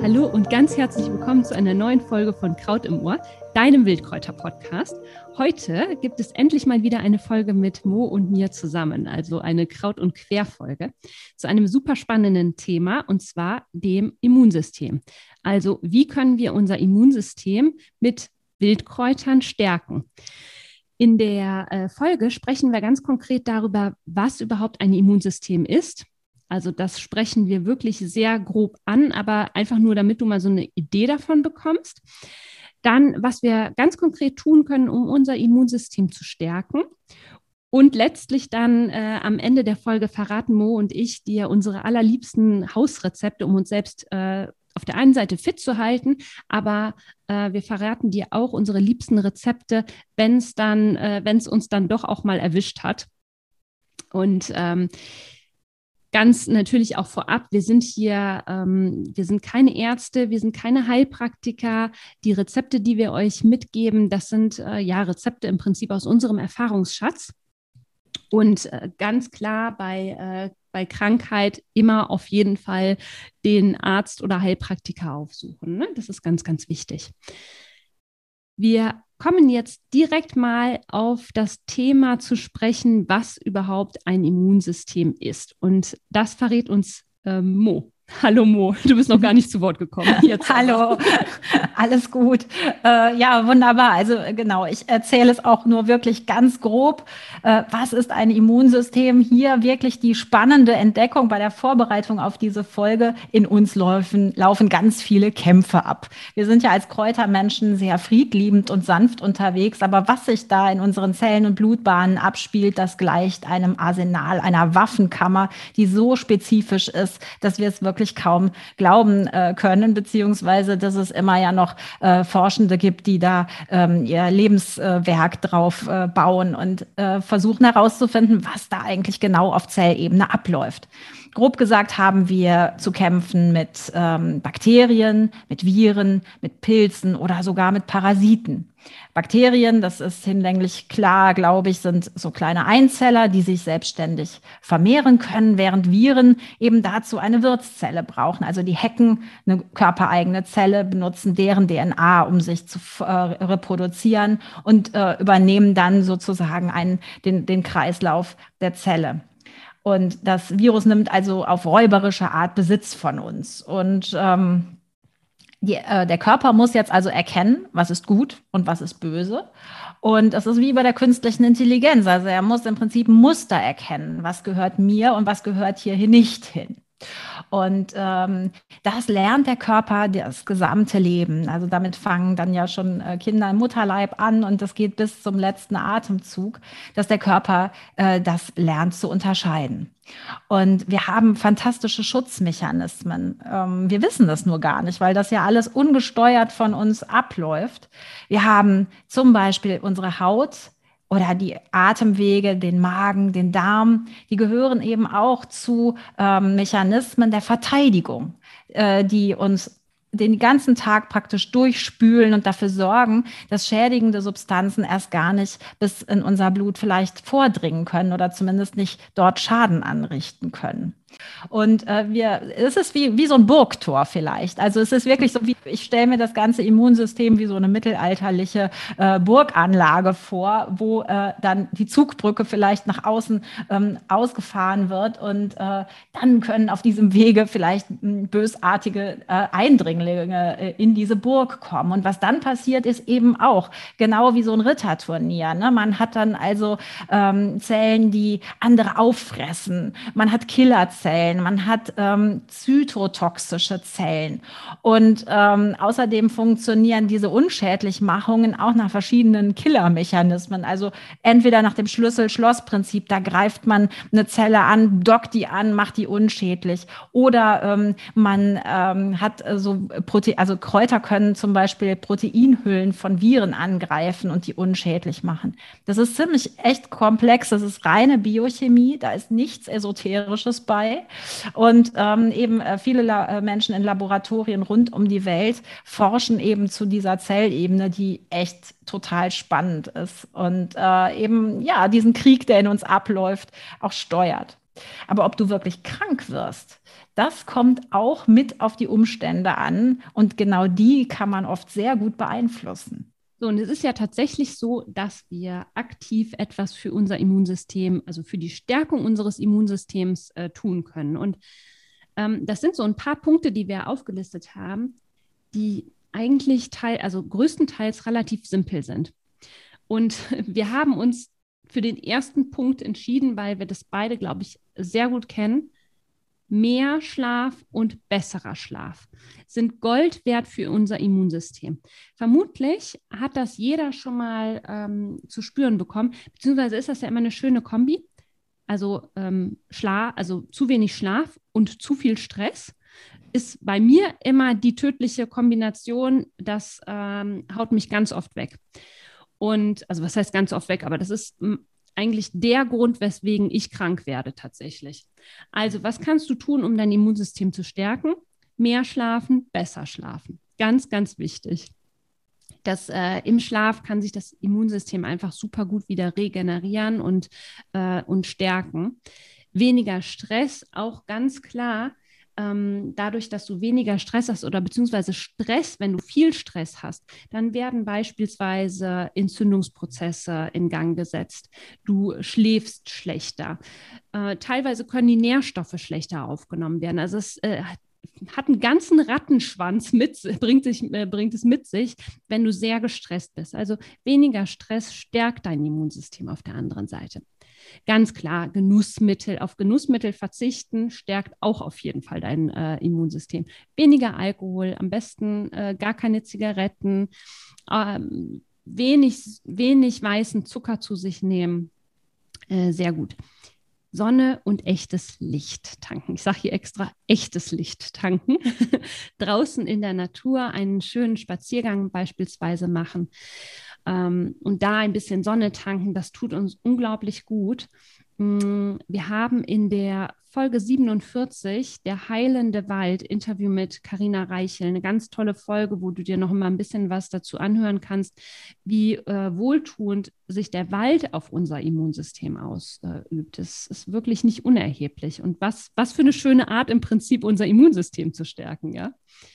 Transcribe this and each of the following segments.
Hallo und ganz herzlich willkommen zu einer neuen Folge von Kraut im Ohr, deinem Wildkräuter-Podcast. Heute gibt es endlich mal wieder eine Folge mit Mo und mir zusammen, also eine Kraut- und Quer-Folge zu einem super spannenden Thema, und zwar dem Immunsystem. Also wie können wir unser Immunsystem mit Wildkräutern stärken? In der Folge sprechen wir ganz konkret darüber, was überhaupt ein Immunsystem ist. Also das sprechen wir wirklich sehr grob an, aber einfach nur, damit du mal so eine Idee davon bekommst. Dann, was wir ganz konkret tun können, um unser Immunsystem zu stärken. Und letztlich dann am Ende der Folge verraten Mo und ich dir unsere allerliebsten Hausrezepte, um uns selbst auf der einen Seite fit zu halten, aber wir verraten dir auch unsere liebsten Rezepte, wenn es uns dann doch auch mal erwischt hat. Und ganz natürlich auch vorab, wir sind keine Ärzte, wir sind keine Heilpraktiker. Die Rezepte, die wir euch mitgeben, das sind Rezepte im Prinzip aus unserem Erfahrungsschatz. Und ganz klar bei Krankheit immer auf jeden Fall den Arzt oder Heilpraktiker aufsuchen. Ne? Das ist ganz, ganz wichtig. Wir kommen jetzt direkt mal auf das Thema zu sprechen, was überhaupt ein Immunsystem ist. Und das verrät uns Mo. Hallo Mo, du bist noch gar nicht zu Wort gekommen. Jetzt Hallo, alles gut. Ja, wunderbar. Also genau, ich erzähle es auch nur wirklich ganz grob. Was ist ein Immunsystem? Hier wirklich die spannende Entdeckung bei der Vorbereitung auf diese Folge. In uns laufen ganz viele Kämpfe ab. Wir sind ja als Kräutermenschen sehr friedliebend und sanft unterwegs, aber was sich da in unseren Zellen und Blutbahnen abspielt, das gleicht einem Arsenal, einer Waffenkammer, die so spezifisch ist, dass wir es wirklich kaum glauben können, beziehungsweise dass es immer ja noch Forschende gibt, die da ihr Lebenswerk drauf bauen und versuchen herauszufinden, was da eigentlich genau auf Zellebene abläuft. Grob gesagt haben wir zu kämpfen mit Bakterien, mit Viren, mit Pilzen oder sogar mit Parasiten. Bakterien, das ist hinlänglich klar, glaube ich, sind so kleine Einzeller, die sich selbstständig vermehren können, während Viren eben dazu eine Wirtszelle brauchen. Also die hacken eine körpereigene Zelle, benutzen deren DNA, um sich zu reproduzieren und übernehmen dann sozusagen den Kreislauf der Zelle. Und das Virus nimmt also auf räuberische Art Besitz von uns. Und der Körper muss jetzt also erkennen, was ist gut und was ist böse. Und das ist wie bei der künstlichen Intelligenz. Also er muss im Prinzip Muster erkennen, was gehört mir und was gehört hier nicht hin. Und das lernt der Körper das gesamte Leben. Also damit fangen dann ja schon Kinder im Mutterleib an und das geht bis zum letzten Atemzug, dass der Körper das lernt zu unterscheiden. Und wir haben fantastische Schutzmechanismen. Wir wissen das nur gar nicht, weil das ja alles ungesteuert von uns abläuft. Wir haben zum Beispiel unsere Haut oder die Atemwege, den Magen, den Darm, die gehören eben auch zu Mechanismen der Verteidigung, die uns den ganzen Tag praktisch durchspülen und dafür sorgen, dass schädigende Substanzen erst gar nicht bis in unser Blut vielleicht vordringen können oder zumindest nicht dort Schaden anrichten können. Und es ist wie so ein Burgtor vielleicht. Also es ist wirklich so, ich stelle mir das ganze Immunsystem wie so eine mittelalterliche Burganlage vor, wo dann die Zugbrücke vielleicht nach außen ausgefahren wird und dann können auf diesem Wege vielleicht bösartige Eindringlinge in diese Burg kommen. Und was dann passiert, ist eben auch genau wie so ein Ritterturnier. Ne? Man hat dann also Zellen, die andere auffressen. Man hat Killerzellen, man hat zytotoxische Zellen. Und außerdem funktionieren diese Unschädlichmachungen auch nach verschiedenen Killermechanismen. Also entweder nach dem Schlüssel-Schloss-Prinzip, da greift man eine Zelle an, dockt die an, macht die unschädlich. Oder man hat also Kräuter können zum Beispiel Proteinhüllen von Viren angreifen und die unschädlich machen. Das ist ziemlich echt komplex, das ist reine Biochemie, da ist nichts Esoterisches bei. Und eben viele Menschen in Laboratorien rund um die Welt forschen eben zu dieser Zellebene, die echt total spannend ist und eben ja diesen Krieg, der in uns abläuft, auch steuert. Aber ob du wirklich krank wirst, das kommt auch mit auf die Umstände an und genau die kann man oft sehr gut beeinflussen. So, und es ist ja tatsächlich so, dass wir aktiv etwas für unser Immunsystem, also für die Stärkung unseres Immunsystems tun können. Und das sind so ein paar Punkte, die wir aufgelistet haben, die eigentlich also größtenteils relativ simpel sind. Und wir haben uns für den ersten Punkt entschieden, weil wir das beide, glaube ich, sehr gut kennen. Mehr Schlaf und besserer Schlaf sind Gold wert für unser Immunsystem. Vermutlich hat das jeder schon mal zu spüren bekommen, beziehungsweise ist das ja immer eine schöne Kombi. Also also zu wenig Schlaf und zu viel Stress ist bei mir immer die tödliche Kombination. Das haut mich ganz oft weg. Und also was heißt ganz oft weg, aber das ist eigentlich der Grund, weswegen ich krank werde tatsächlich. Also was kannst du tun, um dein Immunsystem zu stärken? Mehr schlafen, besser schlafen. Ganz, ganz wichtig. Im Schlaf kann sich das Immunsystem einfach super gut wieder regenerieren und stärken. Weniger Stress, auch ganz klar. Dadurch, dass du weniger Stress hast oder beziehungsweise Stress, wenn du viel Stress hast, dann werden beispielsweise Entzündungsprozesse in Gang gesetzt. Du schläfst schlechter. Teilweise können die Nährstoffe schlechter aufgenommen werden. Also es hat einen ganzen Rattenschwanz bringt es mit sich, wenn du sehr gestresst bist. Also weniger Stress stärkt dein Immunsystem auf der anderen Seite. Ganz klar, auf Genussmittel verzichten stärkt auch auf jeden Fall dein Immunsystem. Weniger Alkohol, am besten gar keine Zigaretten, wenig weißen Zucker zu sich nehmen. Sehr gut. Sonne und echtes Licht tanken. Ich sage hier extra echtes Licht tanken. Draußen in der Natur einen schönen Spaziergang beispielsweise machen und da ein bisschen Sonne tanken. Das tut uns unglaublich gut. Wir haben in der Folge 47, der heilende Wald, Interview mit Carina Reichel, eine ganz tolle Folge, wo du dir noch mal ein bisschen was dazu anhören kannst, wie wohltuend sich der Wald auf unser Immunsystem ausübt. Das ist wirklich nicht unerheblich. Und was für eine schöne Art, im Prinzip unser Immunsystem zu stärken, ja.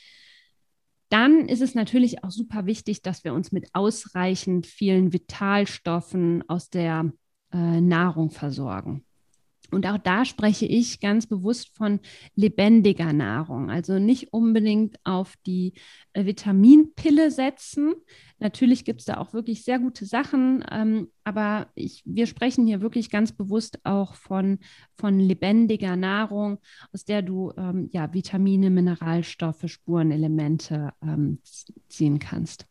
Dann ist es natürlich auch super wichtig, dass wir uns mit ausreichend vielen Vitalstoffen aus der Nahrung versorgen. Und auch da spreche ich ganz bewusst von lebendiger Nahrung. Also nicht unbedingt auf die Vitaminpille setzen. Natürlich gibt es da auch wirklich sehr gute Sachen, aber wir sprechen hier wirklich ganz bewusst auch von lebendiger Nahrung, aus der du Vitamine, Mineralstoffe, Spurenelemente ziehen kannst.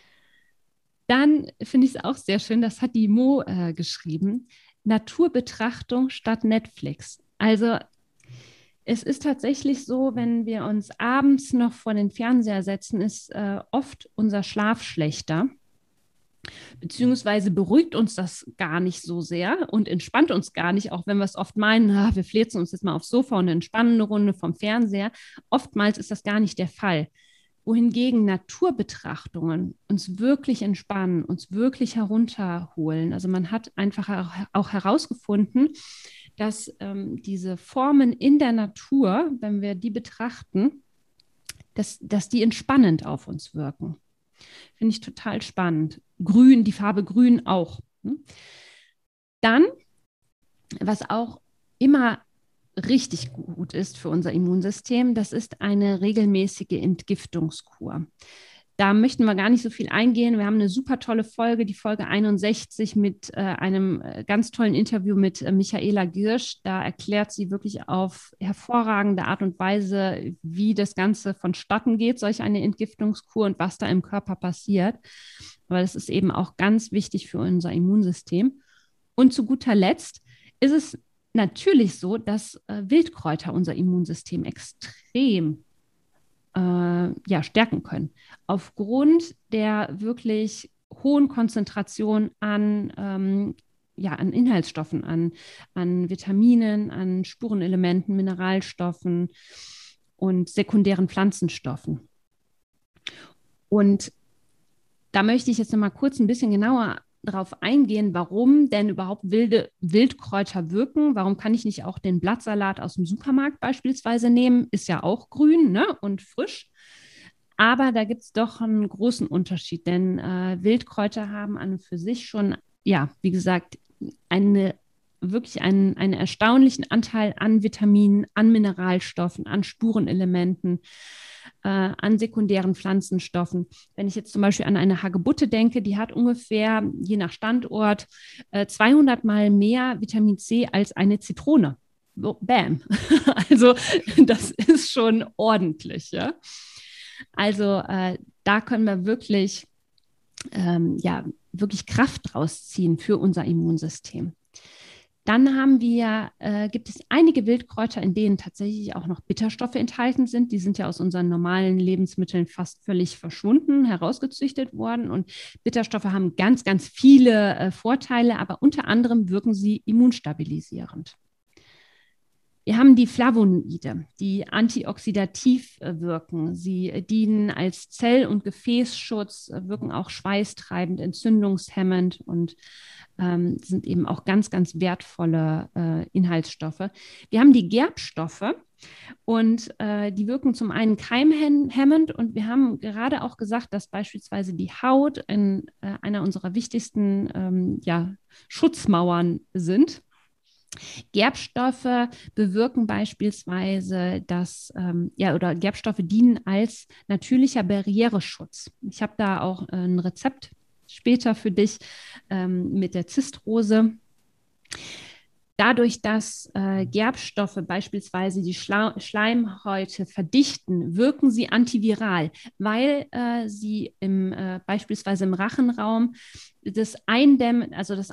Dann finde ich es auch sehr schön, das hat die Mo geschrieben, Naturbetrachtung statt Netflix. Also es ist tatsächlich so, wenn wir uns abends noch vor den Fernseher setzen, ist oft unser Schlaf schlechter, beziehungsweise beruhigt uns das gar nicht so sehr und entspannt uns gar nicht, auch wenn wir es oft meinen, wir fläzen uns jetzt mal aufs Sofa und entspannen eine Runde vom Fernseher. Oftmals ist das gar nicht der Fall. Wohingegen Naturbetrachtungen uns wirklich entspannen, uns wirklich herunterholen. Also man hat einfach auch herausgefunden, dass diese Formen in der Natur, wenn wir die betrachten, dass die entspannend auf uns wirken. Finde ich total spannend. Grün, die Farbe Grün auch. Dann, was auch immer richtig gut ist für unser Immunsystem, das ist eine regelmäßige Entgiftungskur. Da möchten wir gar nicht so viel eingehen. Wir haben eine super tolle Folge, die Folge 61 mit einem ganz tollen Interview mit Michaela Giersch. Da erklärt sie wirklich auf hervorragende Art und Weise, wie das Ganze vonstatten geht, solch eine Entgiftungskur und was da im Körper passiert. Aber das ist eben auch ganz wichtig für unser Immunsystem. Und zu guter Letzt ist es natürlich so, dass Wildkräuter unser Immunsystem extrem stärken können. Aufgrund der wirklich hohen Konzentration an Inhaltsstoffen, an Vitaminen, an Spurenelementen, Mineralstoffen und sekundären Pflanzenstoffen. Und da möchte ich jetzt noch mal kurz ein bisschen genauer darauf eingehen, warum denn überhaupt wilde Wildkräuter wirken. Warum kann ich nicht auch den Blattsalat aus dem Supermarkt beispielsweise nehmen? Ist ja auch grün, ne? Und frisch. Aber da gibt es doch einen großen Unterschied, denn Wildkräuter haben an und für sich schon, ja, wie gesagt, einen erstaunlichen Anteil an Vitaminen, an Mineralstoffen, an Spurenelementen, an sekundären Pflanzenstoffen. Wenn ich jetzt zum Beispiel an eine Hagebutte denke, die hat ungefähr, je nach Standort, 200 Mal mehr Vitamin C als eine Zitrone. So, bam. Also das ist schon ordentlich, ja. Also da können wir wirklich, wirklich Kraft rausziehen für unser Immunsystem. Dann gibt es einige Wildkräuter, in denen tatsächlich auch noch Bitterstoffe enthalten sind. Die sind ja aus unseren normalen Lebensmitteln fast völlig verschwunden, herausgezüchtet worden. Und Bitterstoffe haben ganz, ganz viele Vorteile, aber unter anderem wirken sie immunstabilisierend. Wir haben die Flavonoide, die antioxidativ wirken. Sie dienen als Zell- und Gefäßschutz, wirken auch schweißtreibend, entzündungshemmend und sind eben auch ganz, ganz wertvolle Inhaltsstoffe. Wir haben die Gerbstoffe und die wirken zum einen keimhemmend und wir haben gerade auch gesagt, dass beispielsweise die Haut einer unserer wichtigsten Schutzmauern sind. Gerbstoffe bewirken beispielsweise, oder Gerbstoffe dienen als natürlicher Barriereschutz. Ich habe da auch ein Rezept später für dich mit der Zistrose. Dadurch, dass Gerbstoffe beispielsweise die Schleimhäute verdichten, wirken sie antiviral, weil sie beispielsweise im Rachenraum das Eindringen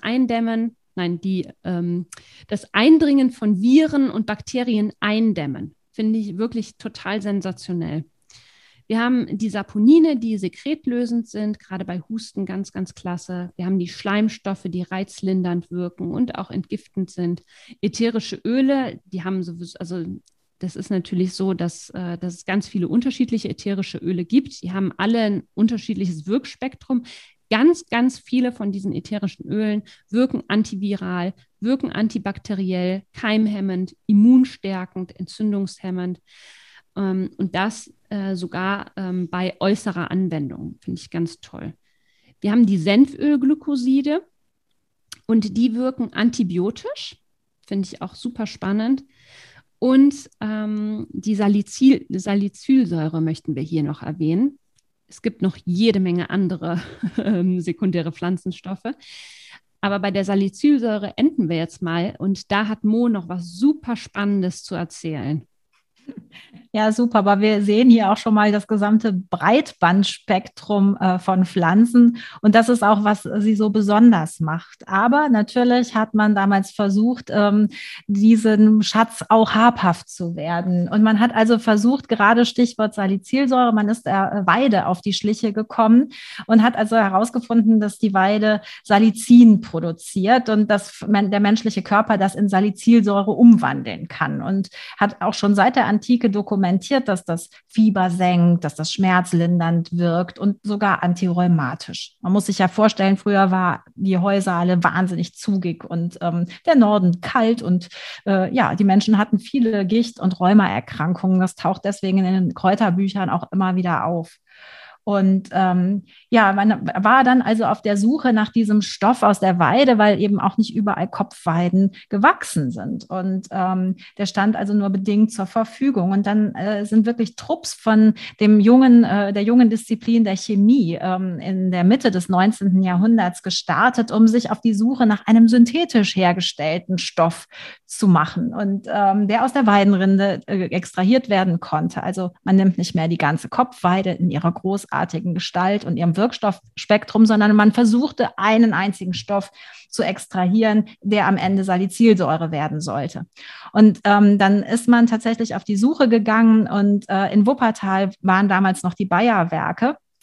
von Viren und Bakterien eindämmen. Finde ich wirklich total sensationell. Wir haben die Saponine, die sekretlösend sind, gerade bei Husten ganz, ganz klasse. Wir haben die Schleimstoffe, die reizlindernd wirken und auch entgiftend sind. Ätherische Öle, die haben sowieso, also das ist natürlich so, dass es ganz viele unterschiedliche ätherische Öle gibt. Die haben alle ein unterschiedliches Wirkspektrum. Ganz, ganz viele von diesen ätherischen Ölen wirken antiviral, wirken antibakteriell, keimhemmend, immunstärkend, entzündungshemmend. Und das sogar bei äußerer Anwendung. Finde ich ganz toll. Wir haben die Senfölglykoside und die wirken antibiotisch. Finde ich auch super spannend. Und die Salicylsäure möchten wir hier noch erwähnen. Es gibt noch jede Menge andere sekundäre Pflanzenstoffe. Aber bei der Salicylsäure enden wir jetzt mal. Und da hat Mo noch was super Spannendes zu erzählen. Ja, super, aber wir sehen hier auch schon mal das gesamte Breitbandspektrum von Pflanzen und das ist auch, was sie so besonders macht. Aber natürlich hat man damals versucht, diesen Schatz auch habhaft zu werden. Und man hat also versucht, gerade Stichwort Salicylsäure, man ist der Weide auf die Schliche gekommen und hat also herausgefunden, dass die Weide Salicin produziert und dass der menschliche Körper das in Salicylsäure umwandeln kann und hat auch schon seit der Antike dokumentiert, dass das Fieber senkt, dass das schmerzlindernd wirkt und sogar antirheumatisch. Man muss sich ja vorstellen, früher war die Häuser alle wahnsinnig zugig und der Norden kalt und die Menschen hatten viele Gicht- und Rheumaerkrankungen. Das taucht deswegen in den Kräuterbüchern auch immer wieder auf. Und man war dann also auf der Suche nach diesem Stoff aus der Weide, weil eben auch nicht überall Kopfweiden gewachsen sind. Und der stand also nur bedingt zur Verfügung. Und dann sind wirklich Trupps von der jungen Disziplin der Chemie in der Mitte des 19. Jahrhunderts gestartet, um sich auf die Suche nach einem synthetisch hergestellten Stoff zu machen und der aus der Weidenrinde extrahiert werden konnte. Also man nimmt nicht mehr die ganze Kopfweide in ihrer großartigen Gestalt und ihrem Wirkstoffspektrum, sondern man versuchte, einen einzigen Stoff zu extrahieren, der am Ende Salicylsäure werden sollte. Und dann ist man tatsächlich auf die Suche gegangen und in Wuppertal waren damals noch die Bayer-Werke.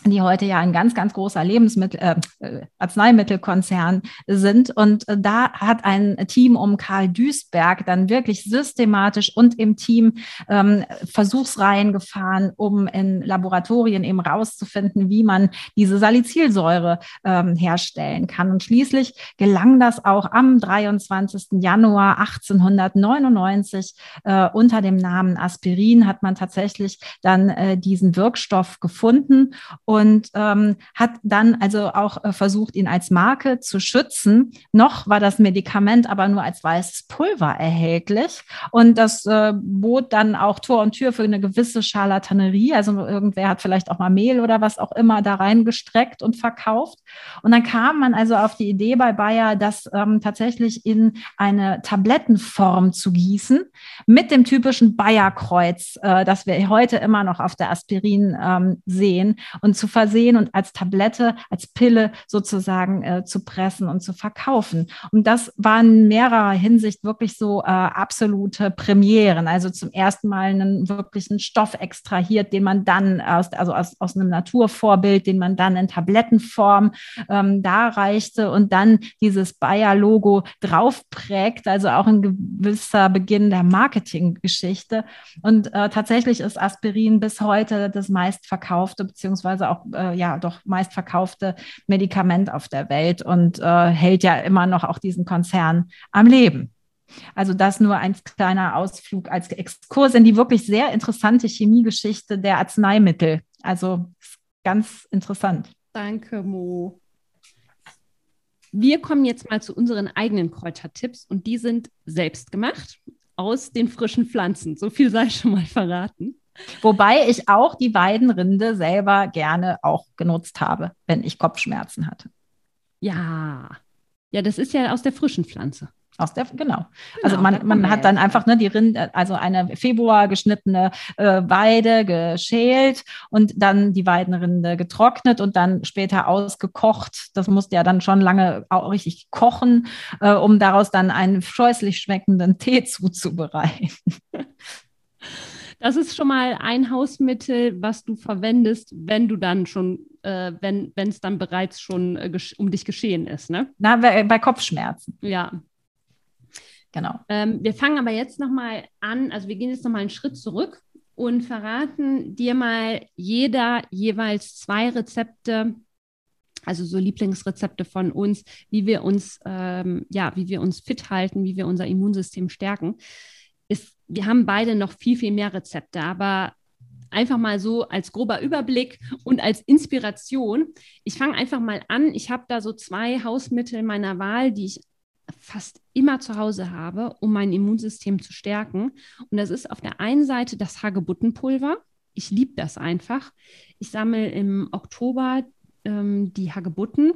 die heute ja ein ganz, ganz großer Arzneimittelkonzern sind. Und da hat ein Team um Karl Duisberg dann wirklich systematisch und im Team Versuchsreihen gefahren, um in Laboratorien eben rauszufinden, wie man diese Salicylsäure herstellen kann. Und schließlich gelang das auch am 23. Januar 1899 unter dem Namen Aspirin hat man tatsächlich dann diesen Wirkstoff gefunden und hat dann also auch versucht, ihn als Marke zu schützen. Noch war das Medikament aber nur als weißes Pulver erhältlich und das bot dann auch Tor und Tür für eine gewisse Charlatanerie. Also irgendwer hat vielleicht auch mal Mehl oder was auch immer da reingestreckt und verkauft. Und dann kam man also auf die Idee bei Bayer, das tatsächlich in eine Tablettenform zu gießen mit dem typischen Bayer-Kreuz, das wir heute immer noch auf der Aspirin sehen und zu versehen und als Tablette, als Pille sozusagen zu pressen und zu verkaufen. Und das waren in mehrerer Hinsicht wirklich so absolute Premieren. Also zum ersten Mal einen wirklichen Stoff extrahiert, den man dann aus einem Naturvorbild, den man dann in Tablettenform darreichte und dann dieses Bayer-Logo draufprägt, also auch ein gewisser Beginn der Marketinggeschichte. Und tatsächlich ist Aspirin bis heute das meistverkaufte beziehungsweise auch doch meistverkaufte Medikament auf der Welt und hält ja immer noch auch diesen Konzern am Leben. Also das nur ein kleiner Ausflug als Exkurs in die wirklich sehr interessante Chemiegeschichte der Arzneimittel. Also ganz interessant. Danke, Mo. Wir kommen jetzt mal zu unseren eigenen Kräutertipps und die sind selbst gemacht aus den frischen Pflanzen. So viel sei schon mal verraten. Wobei ich auch die Weidenrinde selber gerne auch genutzt habe, wenn ich Kopfschmerzen hatte. Ja, das ist ja aus der frischen Pflanze. Genau. Also man hat dann einfach die Rinde, also eine Februar geschnittene Weide geschält und dann die Weidenrinde getrocknet und dann später ausgekocht. Das musste ja dann schon lange auch richtig kochen, um daraus dann einen scheußlich schmeckenden Tee zuzubereiten. Das ist schon mal ein Hausmittel, was du verwendest, wenn du dann schon, wenn es dann bereits schon um dich geschehen ist, ne? Na, bei Kopfschmerzen. Ja. Genau. Wir fangen aber jetzt nochmal an, also wir gehen jetzt nochmal einen Schritt zurück und verraten dir mal jeder jeweils 2 Rezepte, also so Lieblingsrezepte von uns, wie wir uns fit halten, wie wir unser Immunsystem stärken. Wir haben beide noch viel, viel mehr Rezepte, aber einfach mal so als grober Überblick und als Inspiration. Ich fange einfach mal an. Ich habe da so 2 Hausmittel meiner Wahl, die ich fast immer zu Hause habe, um mein Immunsystem zu stärken. Und das ist auf der einen Seite das Hagebuttenpulver. Ich liebe das einfach. Ich sammle im Oktober die Hagebutten,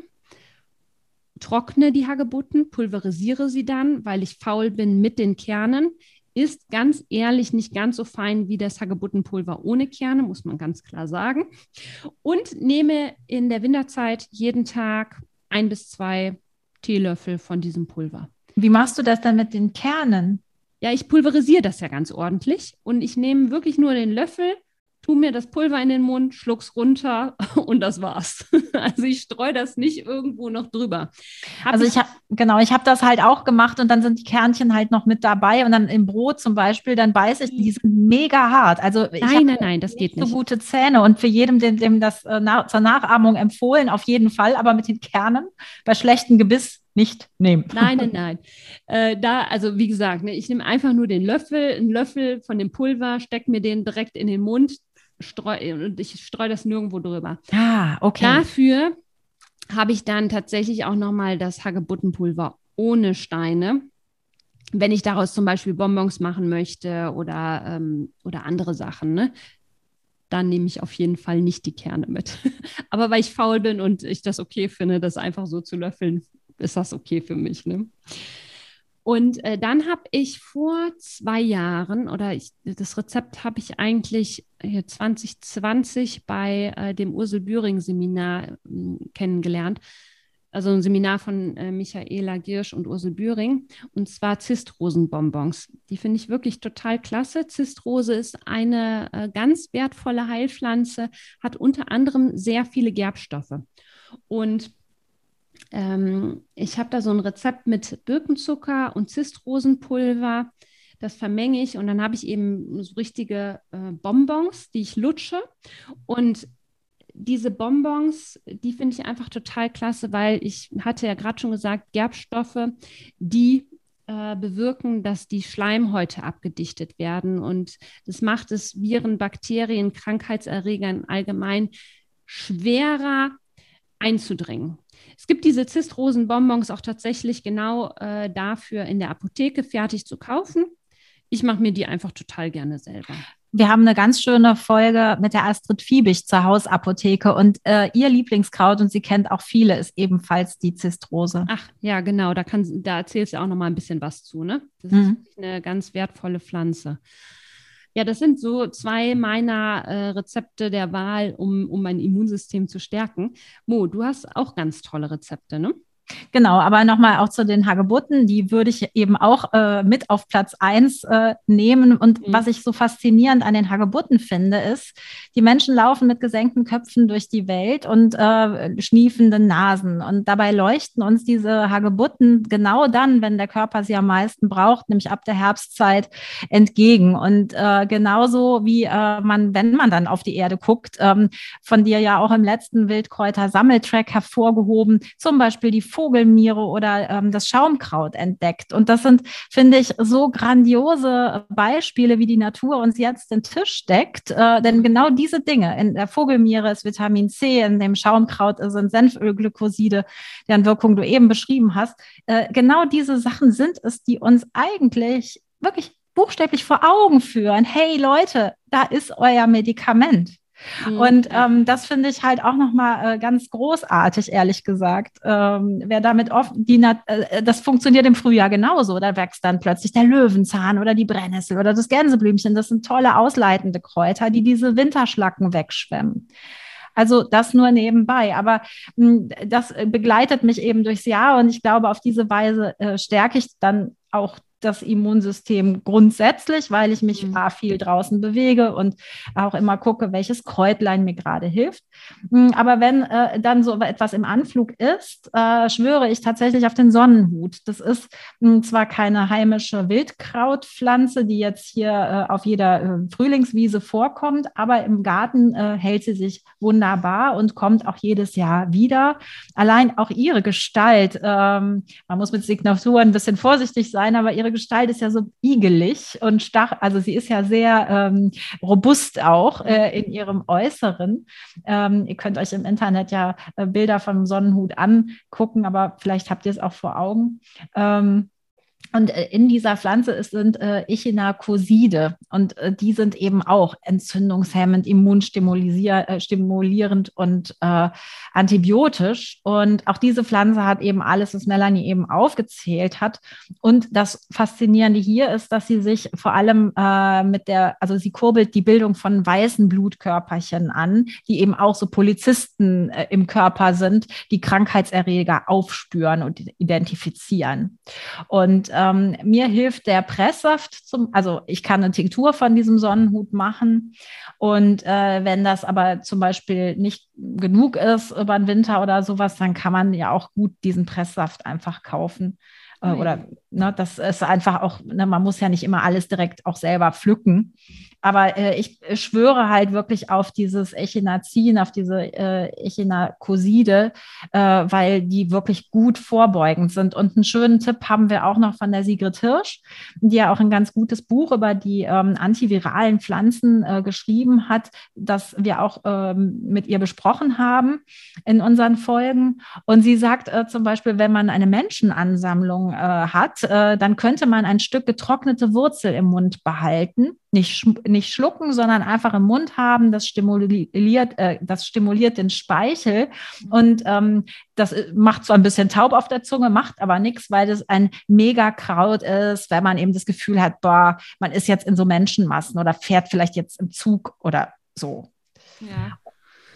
trockne die Hagebutten, pulverisiere sie dann, weil ich faul bin mit den Kernen. Ist ganz ehrlich nicht ganz so fein wie das Hagebuttenpulver ohne Kerne, muss man ganz klar sagen. Und nehme in der Winterzeit jeden Tag 1 bis 2 Teelöffel von diesem Pulver. Wie machst du das dann mit den Kernen? Ja, ich pulverisiere das ja ganz ordentlich und ich nehme wirklich nur den Löffel, tue mir das Pulver in den Mund, schluck's runter und das war's. Also ich streue das nicht irgendwo noch drüber. Ich habe das halt auch gemacht und dann sind die Kernchen halt noch mit dabei und dann im Brot zum Beispiel, dann beiße ich, die sind mega hart. Also nein, das geht nicht. So gute Zähne und für jedem, dem das zur Nachahmung empfohlen, auf jeden Fall, aber mit den Kernen bei schlechtem Gebiss nicht nehmen. Nein. Also wie gesagt, ich nehme einfach nur einen Löffel von dem Pulver, stecke mir den direkt in den Mund, und ich streue das nirgendwo drüber. Ah, okay. Dafür habe ich dann tatsächlich auch nochmal das Hagebuttenpulver ohne Steine. Wenn ich daraus zum Beispiel Bonbons machen möchte oder andere Sachen, ne? Dann nehme ich auf jeden Fall nicht die Kerne mit. Aber weil ich faul bin und ich das okay finde, das einfach so zu löffeln, ist das okay für mich, ne? Und dann habe ich vor 2 Jahren, das Rezept habe ich eigentlich 2020 bei dem Ursel Bühring Seminar kennengelernt. also ein Seminar von Michaela Giersch und Ursel Bühring, und zwar Zistrosenbonbons. Die finde ich wirklich total klasse. Zistrose ist eine ganz wertvolle Heilpflanze, hat unter anderem sehr viele Gerbstoffe. Und ich habe da so ein Rezept mit Birkenzucker und Zistrosenpulver. Das vermenge ich und dann habe ich eben so richtige Bonbons, die ich lutsche. Und diese Bonbons, die finde ich einfach total klasse, weil ich hatte ja gerade schon gesagt, Gerbstoffe, die bewirken, dass die Schleimhäute abgedichtet werden. Und das macht es Viren, Bakterien, Krankheitserregern allgemein schwerer einzudringen. Es gibt diese Zistrosenbonbons auch tatsächlich genau dafür in der Apotheke fertig zu kaufen. Ich mache mir die einfach total gerne selber. Wir haben eine ganz schöne Folge mit der Astrid Fiebig zur Hausapotheke und ihr Lieblingskraut, und sie kennt auch viele, ist ebenfalls die Zistrose. Ach ja, genau, da erzählst du auch noch mal ein bisschen was zu, ne? Das ist eine ganz wertvolle Pflanze. Ja, das sind so 2 meiner Rezepte der Wahl, um mein Immunsystem zu stärken. Mo, du hast auch ganz tolle Rezepte, ne? Genau, aber nochmal auch zu den Hagebutten, die würde ich eben auch mit auf Platz 1 nehmen. Und was ich so faszinierend an den Hagebutten finde, ist, die Menschen laufen mit gesenkten Köpfen durch die Welt und schniefenden Nasen. Und dabei leuchten uns diese Hagebutten genau dann, wenn der Körper sie am meisten braucht, nämlich ab der Herbstzeit, entgegen. Und genauso wie wenn man dann auf die Erde guckt, von dir ja auch im letzten Wildkräuter-Sammeltrack hervorgehoben, zum Beispiel die Vogelmiere oder das Schaumkraut entdeckt. Und das sind, finde ich, so grandiose Beispiele, wie die Natur uns jetzt den Tisch deckt. Denn genau diese Dinge, in der Vogelmiere ist Vitamin C, in dem Schaumkraut sind Senfölglykoside, deren Wirkung du eben beschrieben hast. Genau diese Sachen sind es, die uns eigentlich wirklich buchstäblich vor Augen führen. Hey Leute, da ist euer Medikament. Und das finde ich halt auch nochmal ganz großartig, ehrlich gesagt. Wer damit das funktioniert im Frühjahr genauso. Da wächst dann plötzlich der Löwenzahn oder die Brennnessel oder das Gänseblümchen. Das sind tolle ausleitende Kräuter, die diese Winterschlacken wegschwemmen. Also das nur nebenbei. Aber das begleitet mich eben durchs Jahr und ich glaube, auf diese Weise stärke ich dann auch das Immunsystem grundsätzlich, weil ich mich viel draußen bewege und auch immer gucke, welches Kräutlein mir gerade hilft. Aber wenn dann so etwas im Anflug ist, schwöre ich tatsächlich auf den Sonnenhut. Das ist zwar keine heimische Wildkrautpflanze, die jetzt hier auf jeder Frühlingswiese vorkommt, aber im Garten hält sie sich wunderbar und kommt auch jedes Jahr wieder. Allein auch ihre Gestalt, man muss mit Signaturen ein bisschen vorsichtig sein, aber ihre Gestalt ist ja so igelig und stach, also sie ist ja sehr robust auch in ihrem Äußeren. Ihr könnt euch im Internet ja Bilder vom Sonnenhut angucken, aber vielleicht habt ihr es auch vor Augen. Und in dieser Pflanze sind Echinacoside und die sind eben auch entzündungshemmend, immunstimulierend und antibiotisch. Und auch diese Pflanze hat eben alles, was Melanie eben aufgezählt hat. Und das Faszinierende hier ist, dass sie sich vor allem also sie kurbelt die Bildung von weißen Blutkörperchen an, die eben auch so Polizisten im Körper sind, die Krankheitserreger aufspüren und identifizieren. Und mir hilft der Presssaft also ich kann eine Tinktur von diesem Sonnenhut machen und wenn das aber zum Beispiel nicht genug ist über den Winter oder sowas, dann kann man ja auch gut diesen Presssaft einfach kaufen. Oder das ist einfach auch, man muss ja nicht immer alles direkt auch selber pflücken. Aber ich schwöre halt wirklich auf dieses Echinazin, auf diese Echinacoside, weil die wirklich gut vorbeugend sind. Und einen schönen Tipp haben wir auch noch von der Sigrid Hirsch, die ja auch ein ganz gutes Buch über die antiviralen Pflanzen geschrieben hat, das wir auch mit ihr besprochen haben in unseren Folgen. Und sie sagt zum Beispiel, wenn man eine Menschenansammlung hat, dann könnte man ein Stück getrocknete Wurzel im Mund behalten. Nicht schlucken, sondern einfach im Mund haben. Das stimuliert den Speichel und das macht so ein bisschen taub auf der Zunge, macht aber nichts, weil das ein Megakraut ist, wenn man eben das Gefühl hat, boah, man ist jetzt in so Menschenmassen oder fährt vielleicht jetzt im Zug oder so. Ja.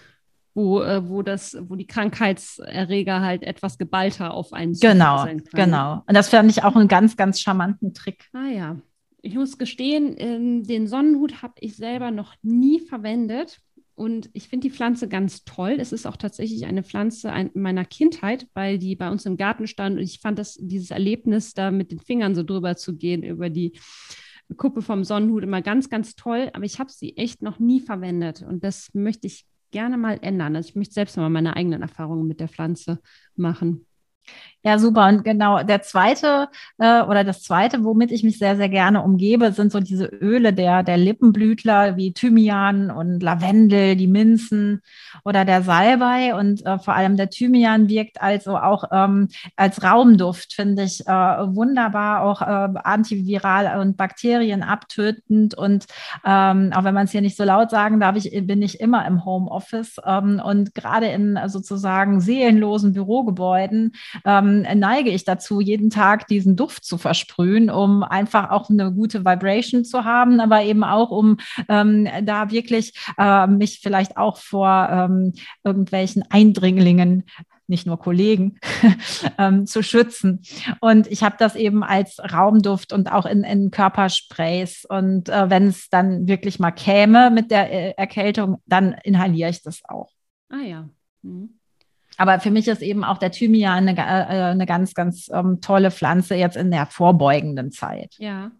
wo die Krankheitserreger halt etwas geballter auf einen Genau, zuprasseln können. genau. Und das fand ich auch einen ganz, ganz charmanten Trick. Ah ja, ich muss gestehen, den Sonnenhut habe ich selber noch nie verwendet und ich finde die Pflanze ganz toll. Es ist auch tatsächlich eine Pflanze meiner Kindheit, weil die bei uns im Garten stand und ich fand dieses Erlebnis, da mit den Fingern so drüber zu gehen über die Kuppe vom Sonnenhut immer ganz, ganz toll, aber ich habe sie echt noch nie verwendet und das möchte ich gerne mal ändern. Also ich möchte selbst mal meine eigenen Erfahrungen mit der Pflanze machen. Ja, super. Und genau, das zweite, womit ich mich sehr, sehr gerne umgebe, sind so diese Öle der Lippenblütler wie Thymian und Lavendel, die Minzen oder der Salbei. Und vor allem der Thymian wirkt also auch als Raumduft, finde ich wunderbar, auch antiviral und bakterienabtötend. Und auch wenn man es hier nicht so laut sagen darf, bin ich immer im Homeoffice und gerade in sozusagen seelenlosen Bürogebäuden neige ich dazu, jeden Tag diesen Duft zu versprühen, um einfach auch eine gute Vibration zu haben, aber eben auch, um da wirklich mich vielleicht auch vor irgendwelchen Eindringlingen, nicht nur Kollegen, zu schützen. Und ich habe das eben als Raumduft und auch in Körpersprays. Und wenn es dann wirklich mal käme mit der Erkältung, dann inhaliere ich das auch. Ah ja. Mhm. Aber für mich ist eben auch der Thymian eine ganz, ganz tolle Pflanze jetzt in der vorbeugenden Zeit. Ja.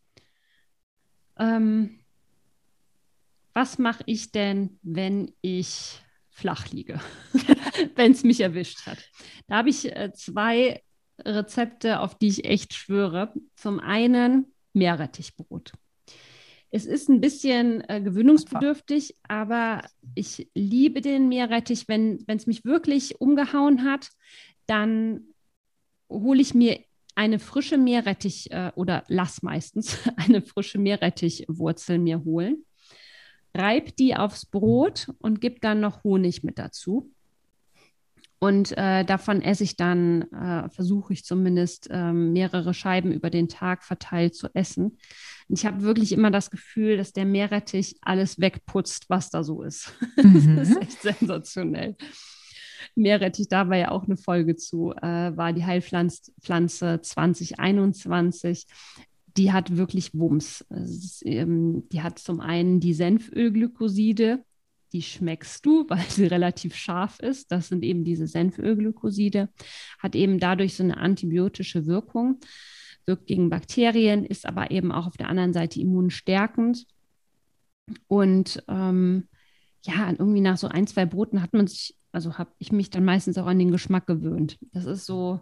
Ähm, Was mache ich denn, wenn ich flach liege, wenn es mich erwischt hat? Da habe ich zwei Rezepte, auf die ich echt schwöre. Zum einen Meerrettichbrot. Es ist ein bisschen gewöhnungsbedürftig, aber ich liebe den Meerrettich. Wenn es mich wirklich umgehauen hat, dann hole ich mir eine frische Meerrettich oder lass meistens eine frische Meerrettichwurzel mir holen, reib die aufs Brot und gib dann noch Honig mit dazu. Und davon esse ich dann, versuche ich zumindest mehrere Scheiben über den Tag verteilt zu essen. Und ich habe wirklich immer das Gefühl, dass der Meerrettich alles wegputzt, was da so ist. Das ist echt sensationell. Meerrettich, da war ja auch eine Folge zu, war die Heilpflanze 2021. Die hat wirklich Wumms. Die hat zum einen die Senfölglykoside, die schmeckst du, weil sie relativ scharf ist. Das sind eben diese Senfölglykoside, hat eben dadurch so eine antibiotische Wirkung, wirkt gegen Bakterien, ist aber eben auch auf der anderen Seite immunstärkend. Und ja, irgendwie nach so ein, zwei Broten habe ich mich dann meistens auch an den Geschmack gewöhnt. Das ist so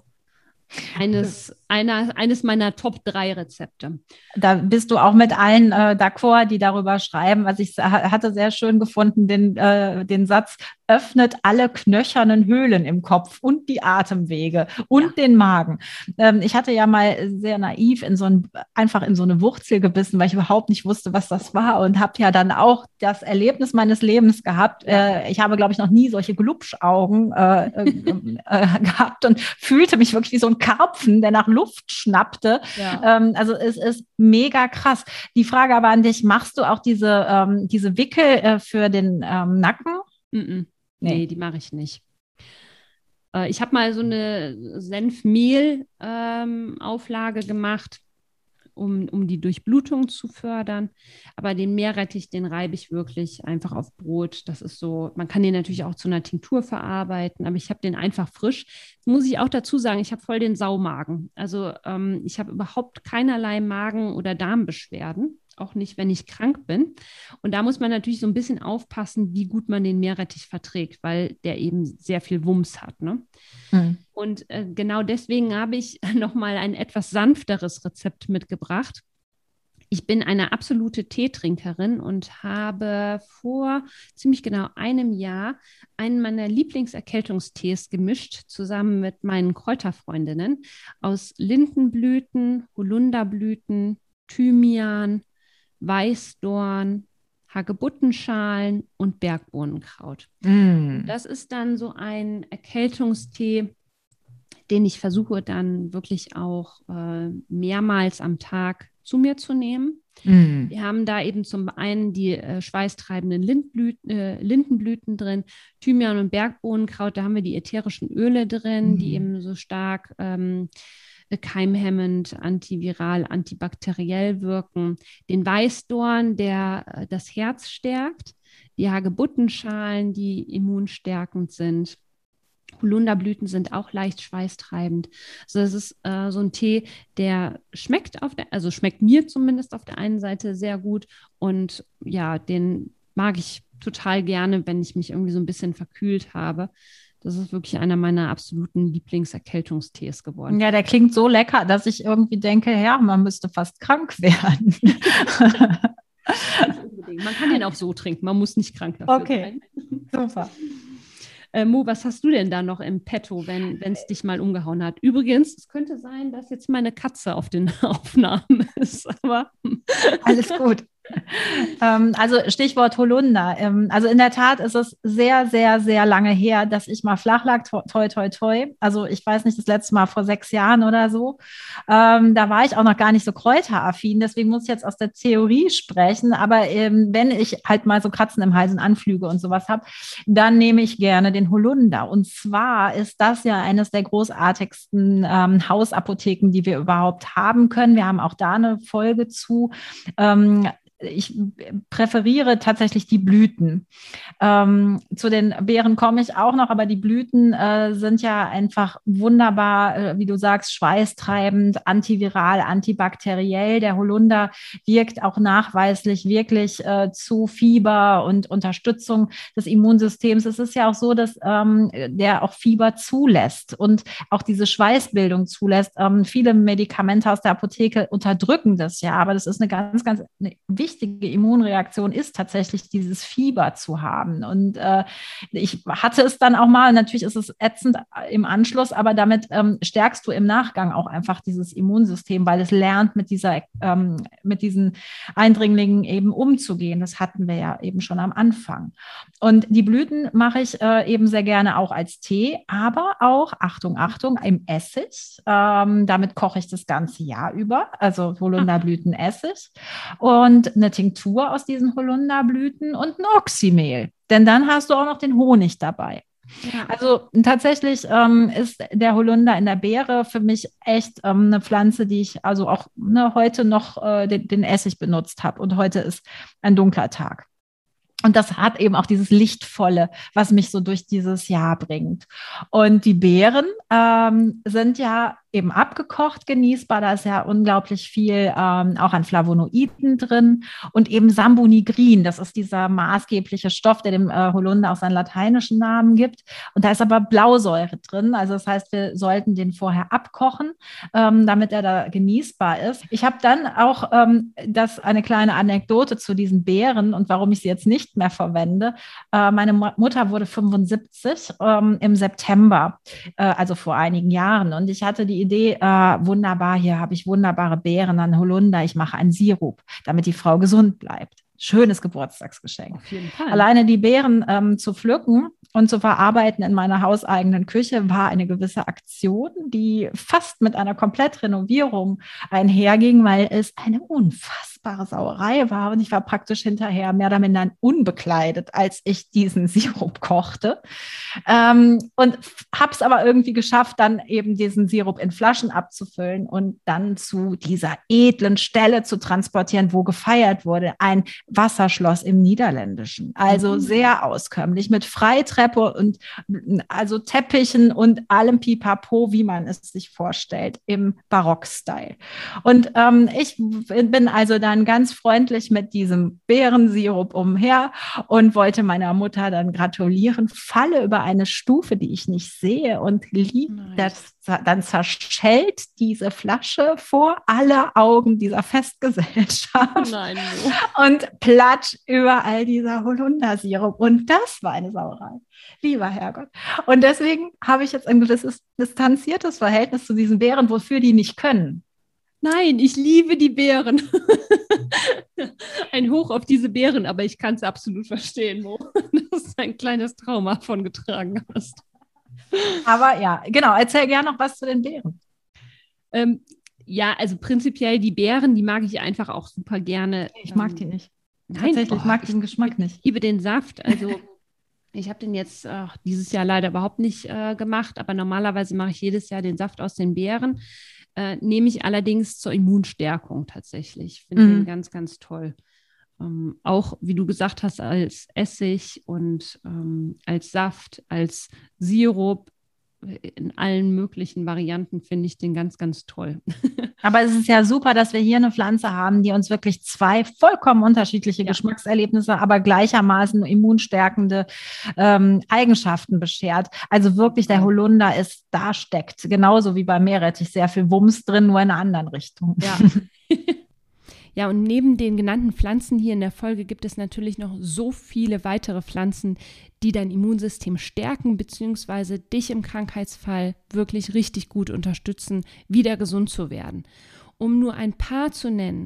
eines meiner Top 3 Rezepte. Da bist du auch mit allen d'accord, die darüber schreiben. Also ich hatte sehr schön gefunden, den Satz, öffnet alle knöchernen Höhlen im Kopf und die Atemwege und den Magen. Ich hatte ja mal sehr naiv einfach in so eine Wurzel gebissen, weil ich überhaupt nicht wusste, was das war und habe ja dann auch das Erlebnis meines Lebens gehabt. Ich habe, glaube ich, noch nie solche Glubschaugen gehabt und fühlte mich wirklich wie so ein Karpfen, der nach Luft schnappte. Ja. Also es ist mega krass. Die Frage aber an dich, machst du auch diese Wickel für den Nacken? Nee, die mache ich nicht. Ich habe mal so eine Senfmehl-Auflage gemacht, um die Durchblutung zu fördern. Aber den Meerrettich, den reibe ich wirklich einfach auf Brot. Das ist so, man kann den natürlich auch zu einer Tinktur verarbeiten, aber ich habe den einfach frisch. Das muss ich auch dazu sagen, ich habe voll den Saumagen. Also ich habe überhaupt keinerlei Magen- oder Darmbeschwerden. Auch nicht, wenn ich krank bin. Und da muss man natürlich so ein bisschen aufpassen, wie gut man den Meerrettich verträgt, weil der eben sehr viel Wumms hat. Ne? Mhm. Und genau deswegen habe ich nochmal ein etwas sanfteres Rezept mitgebracht. Ich bin eine absolute Teetrinkerin und habe vor ziemlich genau einem Jahr einen meiner Lieblingserkältungstees gemischt, zusammen mit meinen Kräuterfreundinnen aus Lindenblüten, Holunderblüten, Thymian, Weißdorn, Hagebuttenschalen und Bergbohnenkraut. Das ist dann so ein Erkältungstee, den ich versuche dann wirklich auch mehrmals am Tag zu mir zu nehmen. Mhm. Wir haben da eben zum einen die schweißtreibenden Lindenblüten drin, Thymian und Bergbohnenkraut, da haben wir die ätherischen Öle drin, die eben so stark keimhemmend, antiviral, antibakteriell wirken. Den Weißdorn, der das Herz stärkt, die Hagebuttenschalen, die immunstärkend sind. Holunderblüten sind auch leicht schweißtreibend. Also das ist so ein Tee, der schmeckt also schmeckt mir zumindest auf der einen Seite sehr gut und ja, den mag ich total gerne, wenn ich mich irgendwie so ein bisschen verkühlt habe. Das ist wirklich einer meiner absoluten Lieblingserkältungstees geworden. Ja, der klingt so lecker, dass ich irgendwie denke, ja, man müsste fast krank werden. Man kann den auch so trinken, man muss nicht krank dafür sein. Super. Mo, was hast du denn da noch im Petto, wenn es dich mal umgehauen hat? Übrigens, es könnte sein, dass jetzt meine Katze auf den Aufnahmen ist, aber alles gut. Also Stichwort Holunder. Also in der Tat ist es sehr, sehr, sehr lange her, dass ich mal flach lag, toi, toi, toi. Also ich weiß nicht, das letzte Mal vor 6 Jahren oder so. Da war ich auch noch gar nicht so kräuteraffin, deswegen muss ich jetzt aus der Theorie sprechen. Aber wenn ich halt mal so Kratzen im Hals und Anflüge und sowas habe, dann nehme ich gerne den Holunder. Und zwar ist das ja eines der großartigsten Hausapotheken, die wir überhaupt haben können. Wir haben auch da eine Folge zu. Ich präferiere tatsächlich die Blüten. Zu den Beeren komme ich auch noch, aber die Blüten sind ja einfach wunderbar, wie du sagst, schweißtreibend, antiviral, antibakteriell. Der Holunder wirkt auch nachweislich wirklich zu Fieber und Unterstützung des Immunsystems. Es ist ja auch so, dass der auch Fieber zulässt und auch diese Schweißbildung zulässt. Viele Medikamente aus der Apotheke unterdrücken das ja, aber das ist eine ganz, ganz wichtige Immunreaktion ist tatsächlich dieses Fieber zu haben. Und ich hatte es dann auch mal, natürlich ist es ätzend im Anschluss, aber damit stärkst du im Nachgang auch einfach dieses Immunsystem, weil es lernt, mit diesen Eindringlingen eben umzugehen. Das hatten wir ja eben schon am Anfang. Und die Blüten mache ich eben sehr gerne auch als Tee, aber auch, Achtung, Achtung, im Essig. Damit koche ich das ganze Jahr über, also Holunderblütenessig. Und eine Tinktur aus diesen Holunderblüten und ein Oxymehl. Denn dann hast du auch noch den Honig dabei. Ja. Also tatsächlich ist der Holunder in der Beere für mich echt eine Pflanze, die ich also auch heute noch den Essig benutzt habe. Und heute ist ein dunkler Tag. Und das hat eben auch dieses Lichtvolle, was mich so durch dieses Jahr bringt. Und die Beeren sind ja eben abgekocht genießbar. Da ist ja unglaublich viel auch an Flavonoiden drin und eben Sambunigrin. Das ist dieser maßgebliche Stoff, der dem Holunder auch seinen lateinischen Namen gibt. Und da ist aber Blausäure drin. Also das heißt, wir sollten den vorher abkochen, damit er da genießbar ist. Ich habe dann auch eine kleine Anekdote zu diesen Beeren und warum ich sie jetzt nicht mehr verwende. Meine Mutter wurde 75 im September, also vor einigen Jahren. Und ich hatte die Idee, wunderbar, hier habe ich wunderbare Beeren an Holunder, ich mache einen Sirup, damit die Frau gesund bleibt. Schönes Geburtstagsgeschenk. Auf jeden Fall. Alleine die Beeren zu pflücken und zu verarbeiten in meiner hauseigenen Küche war eine gewisse Aktion, die fast mit einer Komplettrenovierung einherging, weil es eine unfassbare Sauerei war und ich war praktisch hinterher mehr oder minder unbekleidet, als ich diesen Sirup kochte. Und habe es aber irgendwie geschafft, dann eben diesen Sirup in Flaschen abzufüllen und dann zu dieser edlen Stelle zu transportieren, wo gefeiert wurde, ein Wasserschloss im Niederländischen. Also sehr auskömmlich mit Freitreppe und also Teppichen und allem Pipapo, wie man es sich vorstellt, im Barock-Style. Und ich bin also dann ganz freundlich mit diesem Beerensirup umher und wollte meiner Mutter dann gratulieren, falle über eine Stufe, die ich nicht sehe und dann zerschellt diese Flasche vor aller Augen dieser Festgesellschaft. Nein. Und platsch überall dieser Holundersirup. Und das war eine Sauerei. Lieber Herrgott. Und deswegen habe ich jetzt ein gewisses distanziertes Verhältnis zu diesen Beeren, wofür die nicht können. Nein, ich liebe die Beeren. Ein Hoch auf diese Beeren, aber ich kann es absolut verstehen, Mo, dass du ein kleines Trauma von getragen hast. Aber ja, genau, erzähl gerne noch was zu den Beeren. Ja, also prinzipiell die Beeren, die mag ich einfach auch super gerne. Ich mag die nicht. Nein, Tatsächlich mag ich den Geschmack nicht. Ich liebe den Saft. Also ich habe den jetzt dieses Jahr leider überhaupt nicht gemacht, aber normalerweise mache ich jedes Jahr den Saft aus den Beeren. Nehme ich allerdings zur Immunstärkung tatsächlich. Finde den ganz, ganz toll. Auch, wie du gesagt hast, als Essig und als Saft, als Sirup, in allen möglichen Varianten finde ich den ganz, ganz toll. Aber es ist ja super, dass wir hier eine Pflanze haben, die uns wirklich zwei vollkommen unterschiedliche Geschmackserlebnisse, aber gleichermaßen immunstärkende Eigenschaften beschert. Also wirklich der Holunder ist, da steckt, genauso wie beim Meerrettich, sehr viel Wumms drin, nur in einer anderen Richtung. Ja. Ja, und neben den genannten Pflanzen hier in der Folge gibt es natürlich noch so viele weitere Pflanzen, die dein Immunsystem stärken bzw. dich im Krankheitsfall wirklich richtig gut unterstützen, wieder gesund zu werden. Um nur ein paar zu nennen: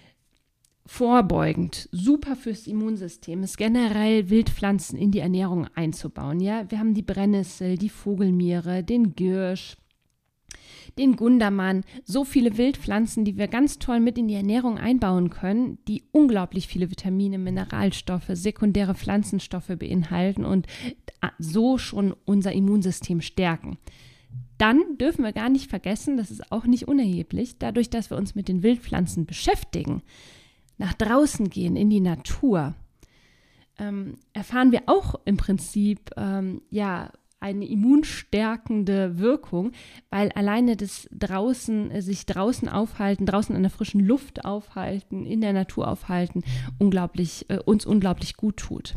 vorbeugend, super fürs Immunsystem ist generell Wildpflanzen in die Ernährung einzubauen. Ja, wir haben die Brennnessel, die Vogelmiere, den Giersch, den Gundermann, so viele Wildpflanzen, die wir ganz toll mit in die Ernährung einbauen können, die unglaublich viele Vitamine, Mineralstoffe, sekundäre Pflanzenstoffe beinhalten und so schon unser Immunsystem stärken. Dann dürfen wir gar nicht vergessen, das ist auch nicht unerheblich, dadurch, dass wir uns mit den Wildpflanzen beschäftigen, nach draußen gehen, in die Natur, erfahren wir auch im Prinzip, eine immunstärkende Wirkung, weil alleine das sich draußen aufhalten, draußen an der frischen Luft aufhalten, in der Natur aufhalten, uns unglaublich gut tut.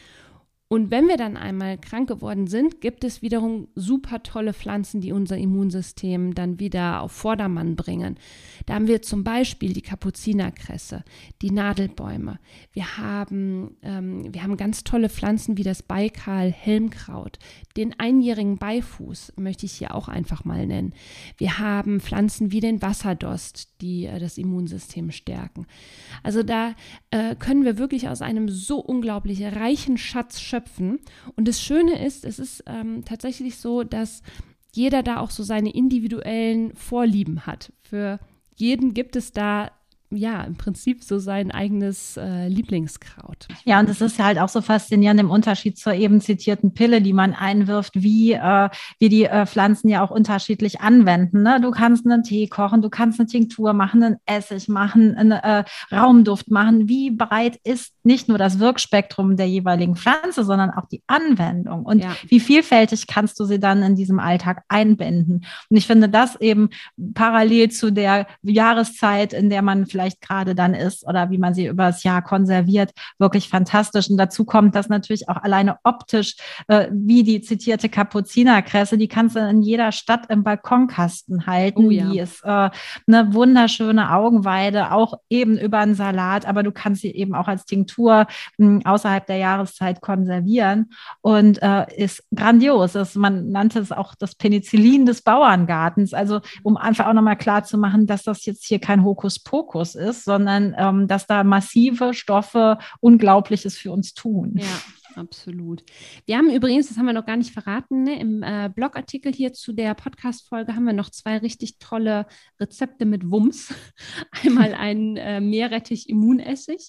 Und wenn wir dann einmal krank geworden sind, gibt es wiederum super tolle Pflanzen, die unser Immunsystem dann wieder auf Vordermann bringen. Da haben wir zum Beispiel die Kapuzinerkresse, die Nadelbäume. Wir haben ganz tolle Pflanzen wie das Baikal-Helmkraut, den einjährigen Beifuß, möchte ich hier auch einfach mal nennen. Wir haben Pflanzen wie den Wasserdost, die das Immunsystem stärken. Also da können wir wirklich aus einem so unglaublich reichen Schatz schöpfen. Und das Schöne ist, es ist tatsächlich so, dass jeder da auch so seine individuellen Vorlieben hat. Für jeden gibt es da im Prinzip so sein eigenes Lieblingskraut. Ja, und es ist ja halt auch so faszinierend im Unterschied zur eben zitierten Pille, die man einwirft, wie die Pflanzen ja auch unterschiedlich anwenden. Ne? Du kannst einen Tee kochen, du kannst eine Tinktur machen, einen Essig machen, einen Raumduft machen. Wie breit ist nicht nur das Wirkspektrum der jeweiligen Pflanze, sondern auch die Anwendung? Und wie vielfältig kannst du sie dann in diesem Alltag einbinden? Und ich finde das eben parallel zu der Jahreszeit, in der man vielleicht gerade dann ist oder wie man sie über das Jahr konserviert, wirklich fantastisch. Und dazu kommt, dass natürlich auch alleine optisch, wie die zitierte Kapuzinerkresse, die kannst du in jeder Stadt im Balkonkasten halten. Die ist eine wunderschöne Augenweide, auch eben über einen Salat, aber du kannst sie eben auch als Tinktur außerhalb der Jahreszeit konservieren und ist grandios. Man nannte es auch das Penicillin des Bauerngartens. Also um einfach auch nochmal klar zu machen, dass das jetzt hier kein Hokuspokus ist, sondern dass da massive Stoffe Unglaubliches für uns tun. Ja, absolut. Wir haben übrigens, das haben wir noch gar nicht verraten, ne, im Blogartikel hier zu der Podcast-Folge haben wir noch 2 richtig tolle Rezepte mit Wumms. Einmal ein Meerrettich-Immunessig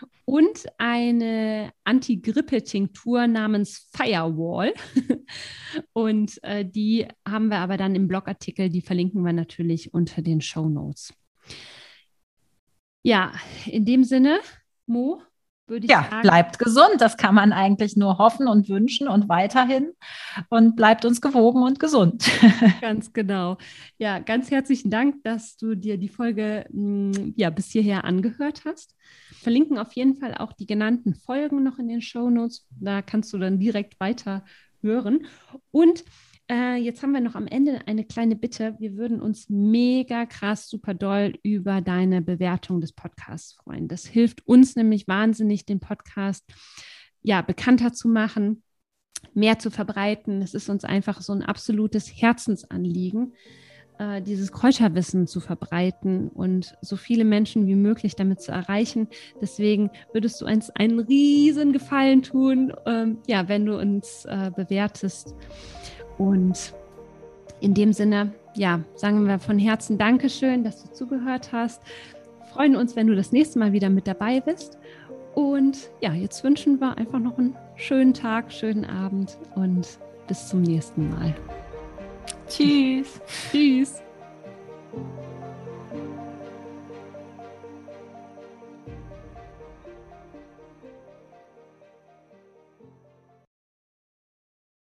und eine Anti-Grippe-Tinktur namens Firewall. Und die haben wir aber dann im Blogartikel, die verlinken wir natürlich unter den Shownotes. Ja, in dem Sinne, Mo, würde ich sagen. Bleibt gesund. Das kann man eigentlich nur hoffen und wünschen und weiterhin. Und bleibt uns gewogen und gesund. Ganz genau. Ja, ganz herzlichen Dank, dass du dir die Folge bis hierher angehört hast. Verlinken auf jeden Fall auch die genannten Folgen noch in den Shownotes. Da kannst du dann direkt weiter hören. Und jetzt haben wir noch am Ende eine kleine Bitte. Wir würden uns mega krass, super doll über deine Bewertung des Podcasts freuen. Das hilft uns nämlich wahnsinnig, den Podcast bekannter zu machen, mehr zu verbreiten. Es ist uns einfach so ein absolutes Herzensanliegen, dieses Kräuterwissen zu verbreiten und so viele Menschen wie möglich damit zu erreichen. Deswegen würdest du uns einen riesen Gefallen tun, wenn du uns bewertest. Und In dem Sinne, ja, sagen wir von Herzen Dankeschön, dass du zugehört hast. Freuen uns, wenn du das nächste Mal wieder mit dabei bist. Und ja, jetzt wünschen wir einfach noch einen schönen Tag, schönen Abend und bis zum nächsten Mal. Tschüss. Tschüss.